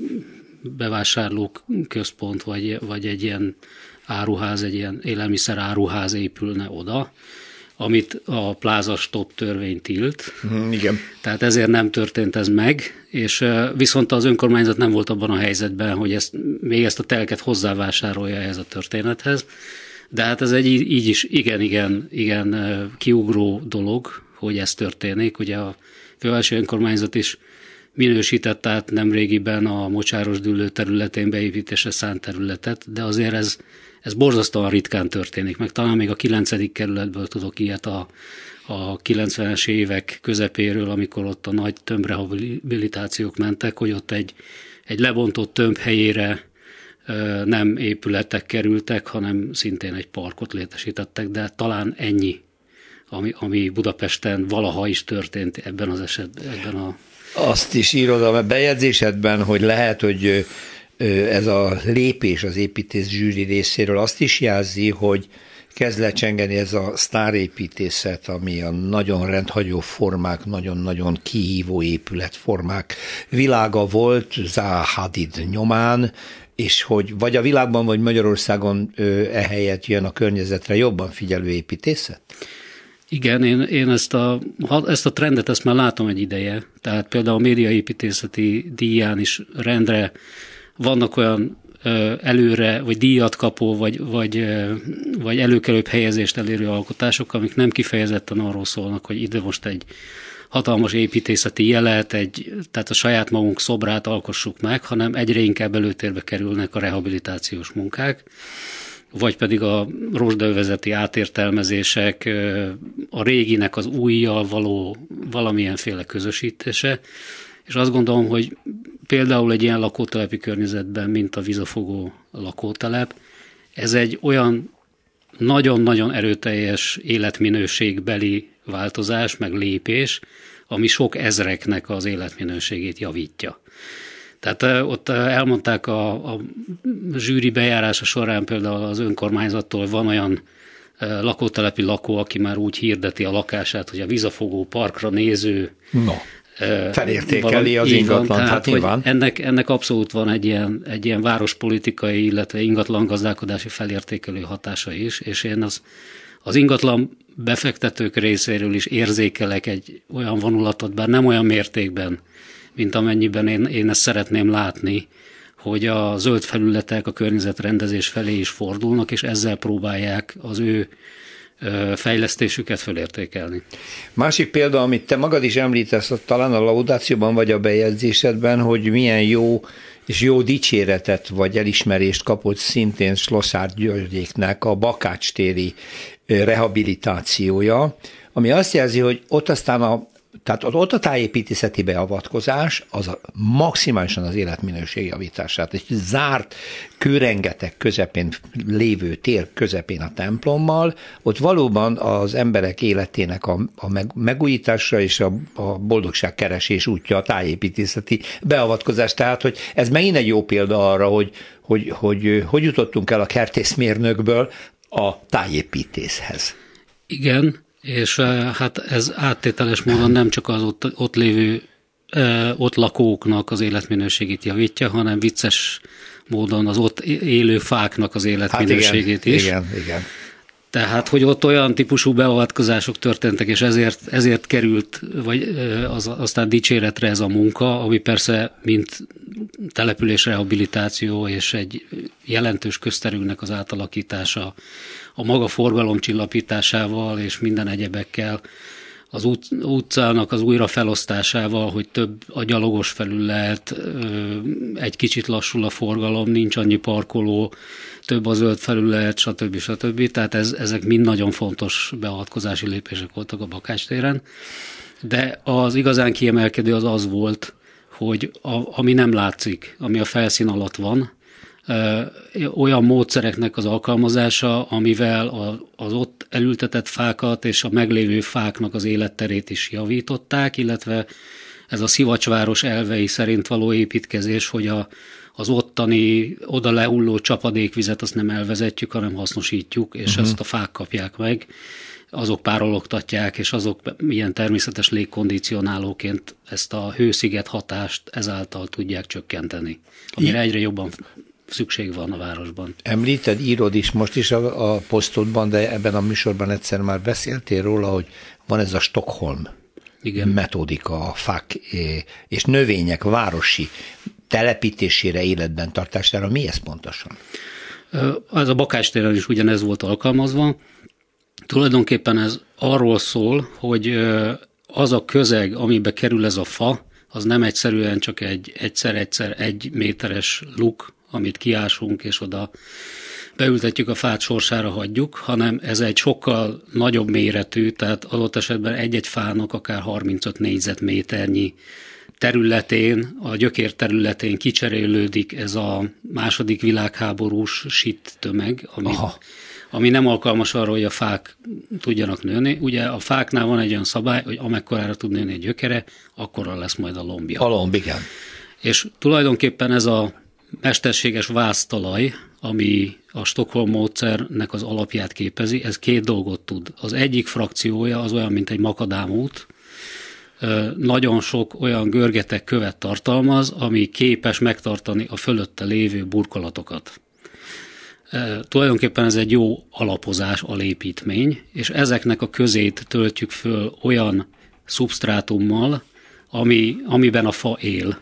bevásárlóközpont, vagy egy ilyen áruház, egy ilyen élelmiszer áruház épülne oda, amit a Plaza Stop törvény tilt. Igen. Tehát ezért nem történt ez meg, és viszont az önkormányzat nem volt abban a helyzetben, hogy még ezt a telket hozzávásárolja ehhez a történethez. De hát ez egy így is igen kiugró dolog, hogy ez történik. Ugye a fővárosi önkormányzat is minősített át nemrégiben a Mocsárosdüllő területén beépítésre szánt területet, de azért ez borzasztóan ritkán történik, meg talán még a 9. kerületből tudok ilyet a 90-es évek közepéről, amikor ott a nagy tömbrehabilitációk mentek, hogy ott egy lebontott tömb helyére nem épületek kerültek, hanem szintén egy parkot létesítettek, de talán ennyi, ami Budapesten valaha is történt ebben az esetben. Azt is írod a bejegyzésedben, hogy lehet, hogy ez a lépés az építész zsűri részéről azt is jelzi, hogy kezd lecsengeni ez a sztárépítészet, ami a nagyon rendhagyó formák, nagyon-nagyon kihívó épületformák világa volt Zaha Hadid nyomán, és hogy vagy a világban, vagy Magyarországon ehelyett jön a környezetre jobban figyelő építészet? Igen, én ezt a trendet már látom egy ideje. Tehát például a médiaépítészeti díján is rendre vannak olyan előre, vagy díjat kapó, vagy előkelőbb helyezést elérő alkotások, amik nem kifejezetten arról szólnak, hogy ide most egy hatalmas építészeti jelet, tehát a saját magunk szobrát alkossuk meg, hanem egyre inkább előtérbe kerülnek a rehabilitációs munkák, vagy pedig a rozsdaövezeti átértelmezések, a réginek az újjal való valamilyenféle közösítése, és azt gondolom, hogy például egy ilyen lakótelepi környezetben, mint a Vizafogó lakótelep, ez egy olyan nagyon-nagyon erőteljes életminőségbeli változás, meg lépés, ami sok ezreknek az életminőségét javítja. Tehát ott elmondták a zsűri bejárása során például az önkormányzattól, van olyan lakótelepi lakó, aki már úgy hirdeti a lakását, hogy a Vizafogó parkra néző. Felértékeli az ingatlant, hát nyilván. Ennek abszolút van egy ilyen várospolitikai, illetve ingatlan gazdálkodási felértékelő hatása is, és én az ingatlan befektetők részéről is érzékelek egy olyan vonulatot, bár nem olyan mértékben, mint amennyiben én ezt szeretném látni, hogy a zöld felületek a környezetrendezés felé is fordulnak, és ezzel próbálják az ő fejlesztésüket felértékelni. Másik példa, amit te magad is említesz, talán a laudációban vagy a bejegyzésedben, hogy milyen jó és jó dicséretet vagy elismerést kapott szintén Slosszár Györgyéknek a Bakács téri rehabilitációja, ami azt jelzi, hogy ott aztán tehát ott a tájépítészeti beavatkozás az maximálisan az életminőség javítását. Egy zárt kőrengeteg közepén lévő tér közepén a templommal, ott valóban az emberek életének a megújítása és a boldogság keresés útja a tájépítészeti beavatkozás. Tehát, hogy ez megint egy jó példa arra, hogy jutottunk el a kertészmérnökből a tájépítészhez. Igen, és hát ez áttételes módon nem csak az ott lévő, ott lakóknak az életminőségét javítja, hanem vicces módon az ott élő fáknak az életminőségét is. Igen. Tehát, hogy ott olyan típusú beavatkozások történtek, és ezért került, vagy aztán dicséretre ez a munka, ami persze mint település rehabilitáció és egy jelentős közterünknek az átalakítása, a maga forgalomcsillapításával és minden egyebekkel, az utcának az újrafelosztásával, hogy több a gyalogos felület, egy kicsit lassul a forgalom, nincs annyi parkoló, több a zöld felület, stb. Tehát ezek mind nagyon fontos beavatkozási lépések voltak a Bakács téren. De az igazán kiemelkedő az volt, hogy ami nem látszik, ami a felszín alatt van, olyan módszereknek az alkalmazása, amivel az ott elültetett fákat és a meglévő fáknak az életterét is javították, illetve ez a Szivacsváros elvei szerint való építkezés, hogy az ottani oda lehulló csapadékvizet azt nem elvezetjük, hanem hasznosítjuk, és ezt a fák kapják meg, azok párologtatják, és azok ilyen természetes légkondicionálóként ezt a hősziget hatást ezáltal tudják csökkenteni, amire egyre jobban szükség van a városban. Említed, írod is most is a posztodban, de ebben a műsorban egyszer már beszéltél róla, hogy van ez a Stockholm metódika, a fák és növények városi telepítésére, életben tartására. Mi ez pontosan? Ez a Bakács téren is ugyanez volt alkalmazva. Tulajdonképpen ez arról szól, hogy az a közeg, amibe kerül ez a fa, az nem egyszerűen csak egyszer 1 méteres luk, amit kiásunk, és oda beültetjük a fát, sorsára hagyjuk, hanem ez egy sokkal nagyobb méretű, tehát adott esetben egy-egy fának akár 35 négyzetméternyi területén, a gyökér területén kicserélődik ez a második világháborús sitt tömeg, ami nem alkalmas arra, hogy a fák tudjanak nőni. Ugye a fáknál van egy olyan szabály, hogy amekkorára tud nőni egy gyökere, akkorra lesz majd a lombja. A lomb, igen. És tulajdonképpen ez a mesterséges vásztalaj, ami a Stockholm módszernek az alapját képezi, ez 2 dolgot tud. Az egyik frakciója az olyan, mint egy makadámút, nagyon sok olyan görgeteg követ tartalmaz, ami képes megtartani a fölötte lévő burkolatokat. Tulajdonképpen ez egy jó alapozás, alépítmény, és ezeknek a közét töltjük föl olyan szubsztrátummal, amiben a fa él.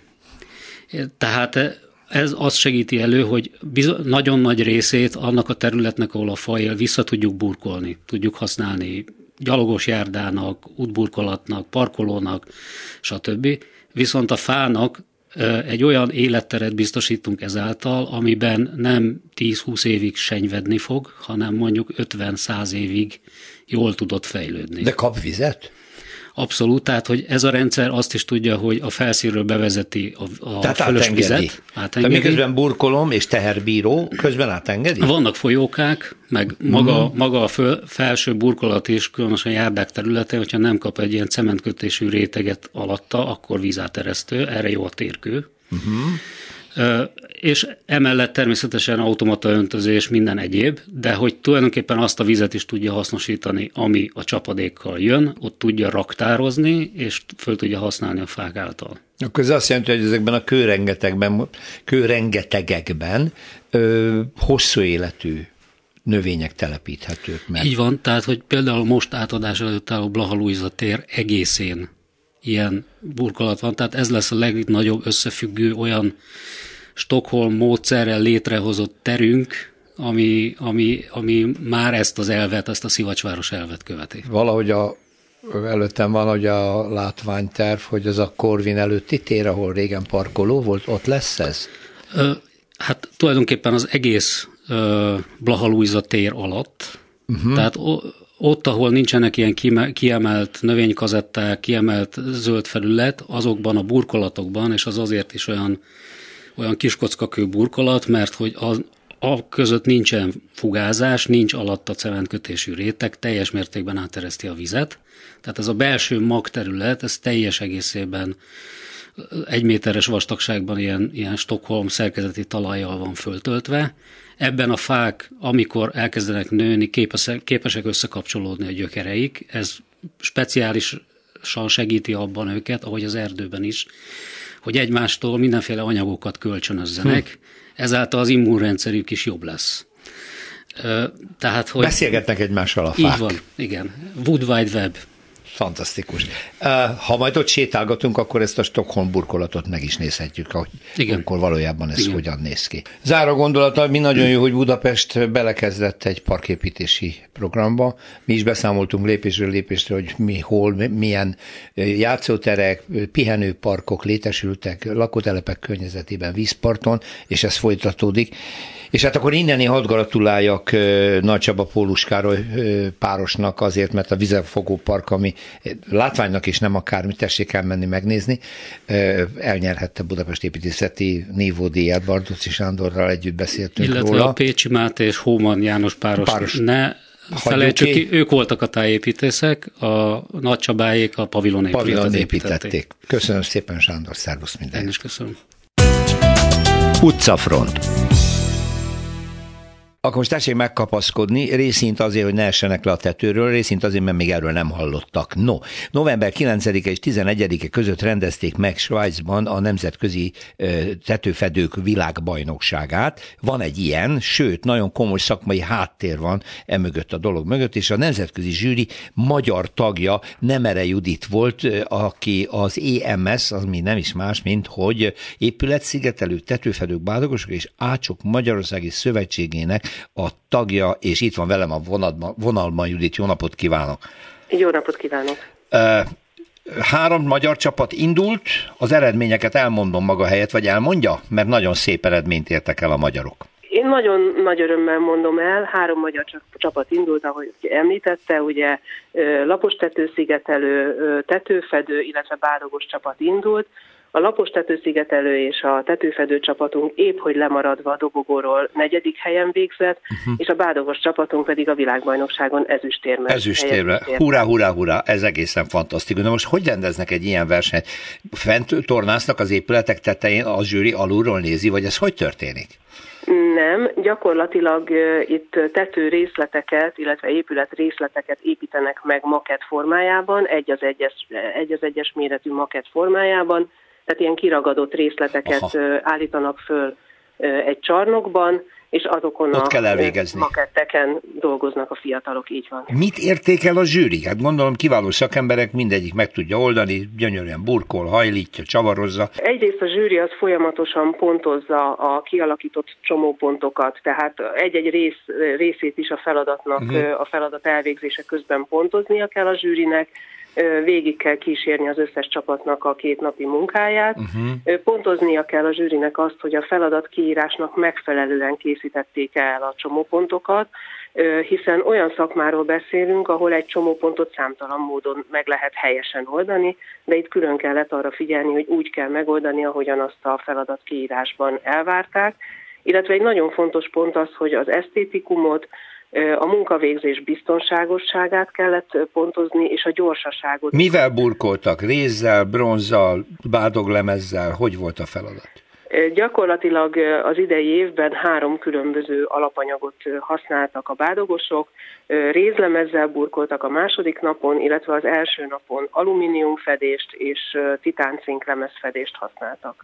Tehát ez azt segíti elő, hogy nagyon nagy részét annak a területnek, ahol a fa él, vissza tudjuk burkolni, tudjuk használni gyalogos járdának, útburkolatnak, parkolónak, stb. Viszont a fának egy olyan életteret biztosítunk ezáltal, amiben nem 10-20 évig senyvedni fog, hanem mondjuk 50-100 évig jól tudott fejlődni. De kap vizet? Abszolút, tehát hogy ez a rendszer azt is tudja, hogy a felszínről bevezeti a fölös vizet. Átengedi. Miközben burkolom és teherbíró, közben átengedi? Vannak folyókák, meg maga a felső burkolat is, különösen járdák területén, hogyha nem kap egy ilyen cementkötésű réteget alatta, akkor vízáteresztő, erre jó a térkő. És emellett természetesen automata öntözés, minden egyéb, de hogy tulajdonképpen azt a vizet is tudja hasznosítani, ami a csapadékkal jön, ott tudja raktározni, és föl tudja használni a fák által. Akkor ez azt jelenti, hogy ezekben a kőrengetegekben hosszú életű növények telepíthetők meg. Így van, tehát hogy például most átadás előtt álló Blaha Lujza tér egészén ilyen burkolat van, tehát ez lesz a legnagyobb összefüggő olyan Stockholm módszerrel létrehozott terünk, ami már ezt az elvet, ezt a Szivacsváros elvet követi. Valahogy előttem van, hogy a látványterv, hogy ez a Corvin előtti tér, ahol régen parkoló volt, ott lesz ez? Hát tulajdonképpen az egész Blaha Lujza tér alatt, tehát Ott, ahol nincsenek ilyen kiemelt növénykazetták, kiemelt zöld felület, azokban a burkolatokban, és az azért is olyan kiskockakő burkolat, mert hogy a között nincsen fugázás, nincs alatta cementkötésű réteg, teljes mértékben átereszti a vizet. Tehát ez a belső magterület, ez teljes egészében 1 méteres vastagságban ilyen Stockholm szerkezeti talajjal van föltöltve. Ebben a fák, amikor elkezdenek nőni, képesek összekapcsolódni a gyökereik. Ez speciálisan segíti abban őket, ahogy az erdőben is, hogy egymástól mindenféle anyagokat kölcsönözzenek. Ezáltal az immunrendszerük is jobb lesz. Tehát, hogy beszélgetnek egymással a fák. Így van, igen. Wood Wide Web. Fantasztikus. Ha majd ott sétálgatunk, akkor ezt a Stockholm burkolatot meg is nézhetjük, hogy akkor valójában ez hogyan néz ki. Záró gondolata, mi nagyon jó, hogy Budapest belekezdett egy parképítési programba. Mi is beszámoltunk lépésről lépésre, hogy mi hol, milyen játszóterek, pihenőparkok létesültek lakótelepek környezetében, vízparton, és ez folytatódik. És hát akkor innen hadd gratuláljak Nagy Csaba Pólus Károly párosnak azért, mert a Vizefogó Park, ami látványnak is nem akármi, tessék elmenni megnézni, elnyerhette Budapest építészeti nívódíját, Bardóczy Sándorral együtt beszéltünk illetve róla. A Pécsi Máté és Hóman János páros. Ne felejtsük ki, ők voltak a tájépítészek, a Nagy Csabáék a pavilon építették. Köszönöm szépen, Sándor, szervusz mindenki. Én is köszönöm. Utcafront. Akkor most tessék megkapaszkodni, részint azért, hogy ne essenek le a tetőről, részint azért, mert még erről nem hallottak. No, november 9-e és 11-e között rendezték meg Svájcban a Nemzetközi Tetőfedők világbajnokságát. Van egy ilyen, sőt, nagyon komoly szakmai háttér van emögött a dolog mögött, és a nemzetközi zsűri magyar tagja Nemere Judit volt, aki az EMS, az mi nem is más, mint hogy épületszigetelők, tetőfedők, bádogosok és ácsok Magyarországi Szövetségének a tagja, és itt van velem a vonalban Judit. Jó napot kívánok! Jó napot kívánok! 3 magyar csapat indult, az eredményeket elmondom maga helyett, vagy elmondja? Mert nagyon szép eredményt értek el a magyarok. Én nagyon nagy örömmel mondom el, 3 magyar csapat indult, ahogy említette, ugye lapos tetőszigetelő, tetőfedő, illetve bádogos csapat indult. A lapos tetőszigetelő és a tetőfedő csapatunk épp hogy lemaradva a dobogóról 4. helyen végzett, és a bádogos csapatunk pedig a világbajnokságon ezüstérme. Ezüstérme. Hurrá, hurrá, hurrá, ez egészen fantasztikus. De most hogy rendeznek egy ilyen versenyt? Fent tornásznak az épületek tetején, a zsűri alulról nézi, vagy ez hogy történik? Nem, gyakorlatilag itt tető részleteket, illetve épület részleteket építenek meg makett formájában, egy az egyes méretű makett formájában, tehát ilyen kiragadott részleteket állítanak föl egy csarnokban, és azokon ott a maketteken dolgoznak a fiatalok, így van. Mit értékel a zsűri? Hát gondolom kiváló szakemberek, mindegyik meg tudja oldani, gyönyörűen burkol, hajlítja, csavarozza. Egyrészt a zsűri az folyamatosan pontozza a kialakított csomópontokat, tehát egy-egy részét is a feladatnak, a feladat elvégzése közben pontoznia kell a zsűrinek, végig kell kísérni az összes csapatnak a 2 napi munkáját. Pontoznia kell a zsűrinek azt, hogy a feladat kiírásnak megfelelően készítették el a csomópontokat, hiszen olyan szakmáról beszélünk, ahol egy csomópontot számtalan módon meg lehet helyesen oldani, de itt külön kellett arra figyelni, hogy úgy kell megoldani, ahogyan azt a feladat kiírásban elvárták. Illetve egy nagyon fontos pont az, hogy az esztétikumot, a munkavégzés biztonságosságát kellett pontozni, és a gyorsaságot. Mivel burkoltak? Rézzel, bronzzal, bádoglemezzel? Hogy volt a feladat? Gyakorlatilag az idei évben 3 különböző alapanyagot használtak a bádogosok, rézlemezzel burkoltak a második napon, illetve az első napon alumíniumfedést és titáncinklemezfedést használtak.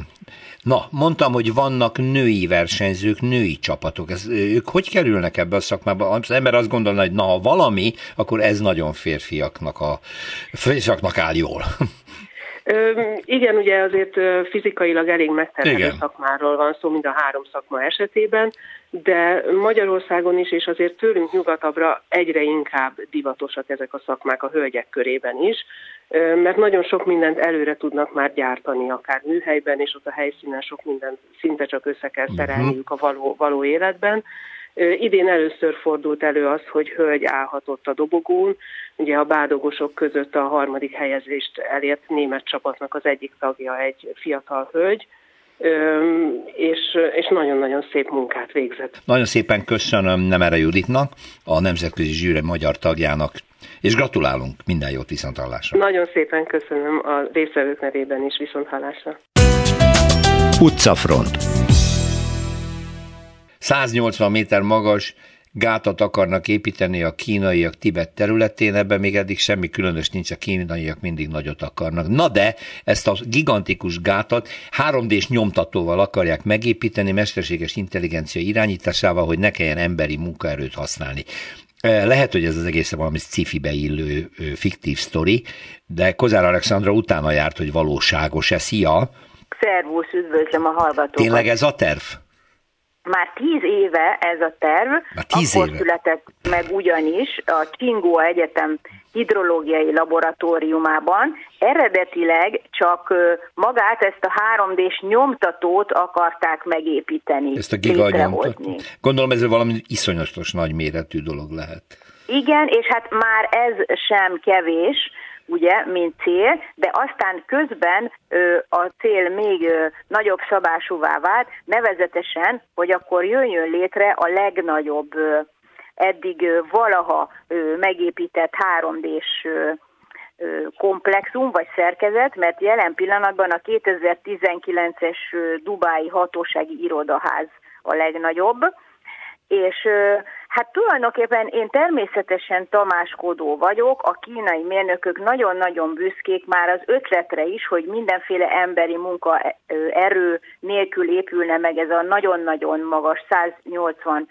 Na, mondtam, hogy vannak női versenyzők, női csapatok. Ők hogy kerülnek ebbe a szakmába? Az ember azt gondolna, hogy ha valami, akkor ez nagyon férfiaknak áll jól. Igen, ugye azért fizikailag elég megterhelő szakmáról van szó, mind a 3 szakma esetében, de Magyarországon is, és azért tőlünk nyugatabbra egyre inkább divatosak ezek a szakmák a hölgyek körében is, mert nagyon sok mindent előre tudnak már gyártani, akár műhelyben, és ott a helyszínen sok mindent szinte csak össze kell szerelniük a való életben. Idén először fordult elő az, hogy hölgy állhatott a dobogón. Ugye a bádogosok között a 3. helyezést elért német csapatnak az egyik tagja egy fiatal hölgy, és nagyon-nagyon szép munkát végzett. Nagyon szépen köszönöm Nemere Juditnak, a Nemzetközi Zsűri magyar tagjának, és gratulálunk, minden jót, viszonthallásra. Nagyon szépen köszönöm a résztvevők nevében is, viszonthallásra. Utcafront. 180 méter magas gátat akarnak építeni a kínaiak Tibet területén, ebben még eddig semmi különös nincs, a kínaiak mindig nagyot akarnak. Na de ezt a gigantikus gátat 3D-s nyomtatóval akarják megépíteni, mesterséges intelligencia irányításával, hogy ne kelljen emberi munkaerőt használni. Lehet, hogy ez az egészen valami sci-fibe illő fiktív sztori, de Kozár Alexandra utána járt, hogy valóságos-e. Szia! Szervusz, üdvözlöm a hallgatókat! Tényleg ez a terv? Már 10 éve ez a terv, akkor született meg ugyanis a Tsinghua Egyetem hidrológiai laboratóriumában. Eredetileg csak magát, ezt a 3D-s nyomtatót akarták megépíteni. Ezt a giganyomtatót. Gondolom ez valami iszonyatos nagyméretű dolog lehet. Igen, és hát már ez sem kevés, ugye, mint cél, de aztán közben a cél még nagyobb szabásúvá vált, nevezetesen, hogy akkor jöjjön létre a legnagyobb eddig valaha megépített 3D-s komplexum vagy szerkezet, mert jelen pillanatban a 2019-es dubái hatósági irodaház a legnagyobb, és hát tulajdonképpen én természetesen tamáskodó vagyok, a kínai mérnökök nagyon-nagyon büszkék már az ötletre is, hogy mindenféle emberi munkaerő nélkül épülne meg ez a nagyon-nagyon magas, 180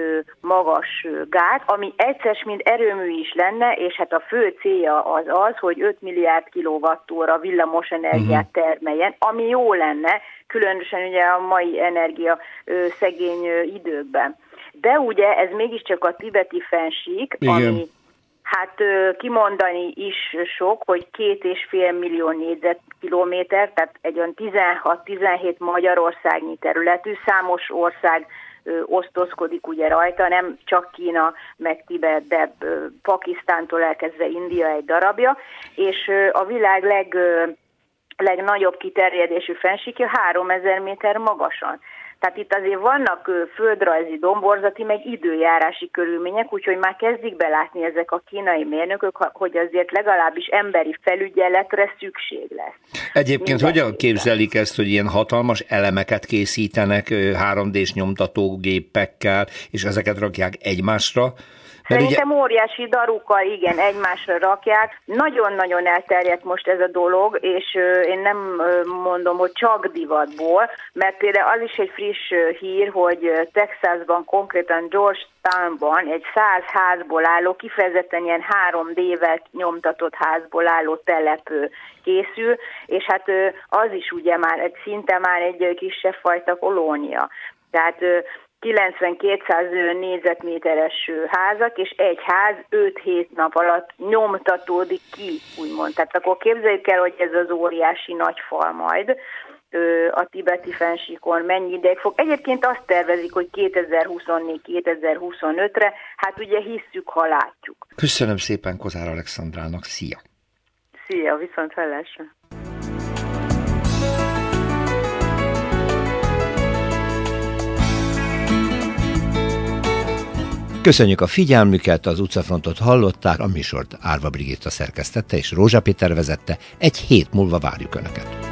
magas gát, ami egyszer mind erőmű is lenne, és hát a fő célja az, hogy 5 milliárd kilowattóra villamos energiát termeljen, ami jó lenne, különösen ugye a mai energia szegény időkben. De ugye ez mégiscsak a tibeti fennsík, ami hát kimondani is sok, hogy 2,5 millió négyzetkilométer, tehát egy olyan 16-17 Magyarországnyi területű, számos ország osztozkodik ugye rajta, nem csak Kína, meg Tibet, de Pakisztántól elkezdve India egy darabja, és a világ legnagyobb kiterjedésű fennsíkja 3000 méter magasan. Tehát itt azért vannak földrajzi, domborzati, meg időjárási körülmények, úgyhogy már kezdik belátni ezek a kínai mérnökök, hogy azért legalábbis emberi felügyeletre szükség lesz. Egyébként hogyan képzelik ezt, hogy ilyen hatalmas elemeket készítenek 3D-s nyomtatógépekkel, és ezeket rakják egymásra? Szerintem óriási darukkal, igen, egymásra rakják. Nagyon-nagyon elterjedt most ez a dolog, és én nem mondom, hogy csak divatból, mert például az is egy friss hír, hogy Texasban, konkrétan Georgetownban egy 100 házból álló, kifejezetten ilyen 3D-vel nyomtatott házból álló telep készül, és hát az is ugye már szinte már egy kisebb fajta kolónia. Tehát 90-200 négyzetméteres házak, és egy ház 5-7 nap alatt nyomtatódik ki, úgymond. Tehát akkor képzeljük el, hogy ez az óriási nagy fal majd a tibeti fennsíkon mennyi ideig fog. Egyébként azt tervezik, hogy 2024-2025-re, hát ugye hisszük, ha látjuk. Köszönöm szépen Kozár Alexandrának, szia! Szia, viszont hallásra! Köszönjük a figyelmüket, az Utcafrontot hallották, a műsort Árva Brigitta szerkesztette és Rózsa Péter vezette, egy hét múlva várjuk Önöket.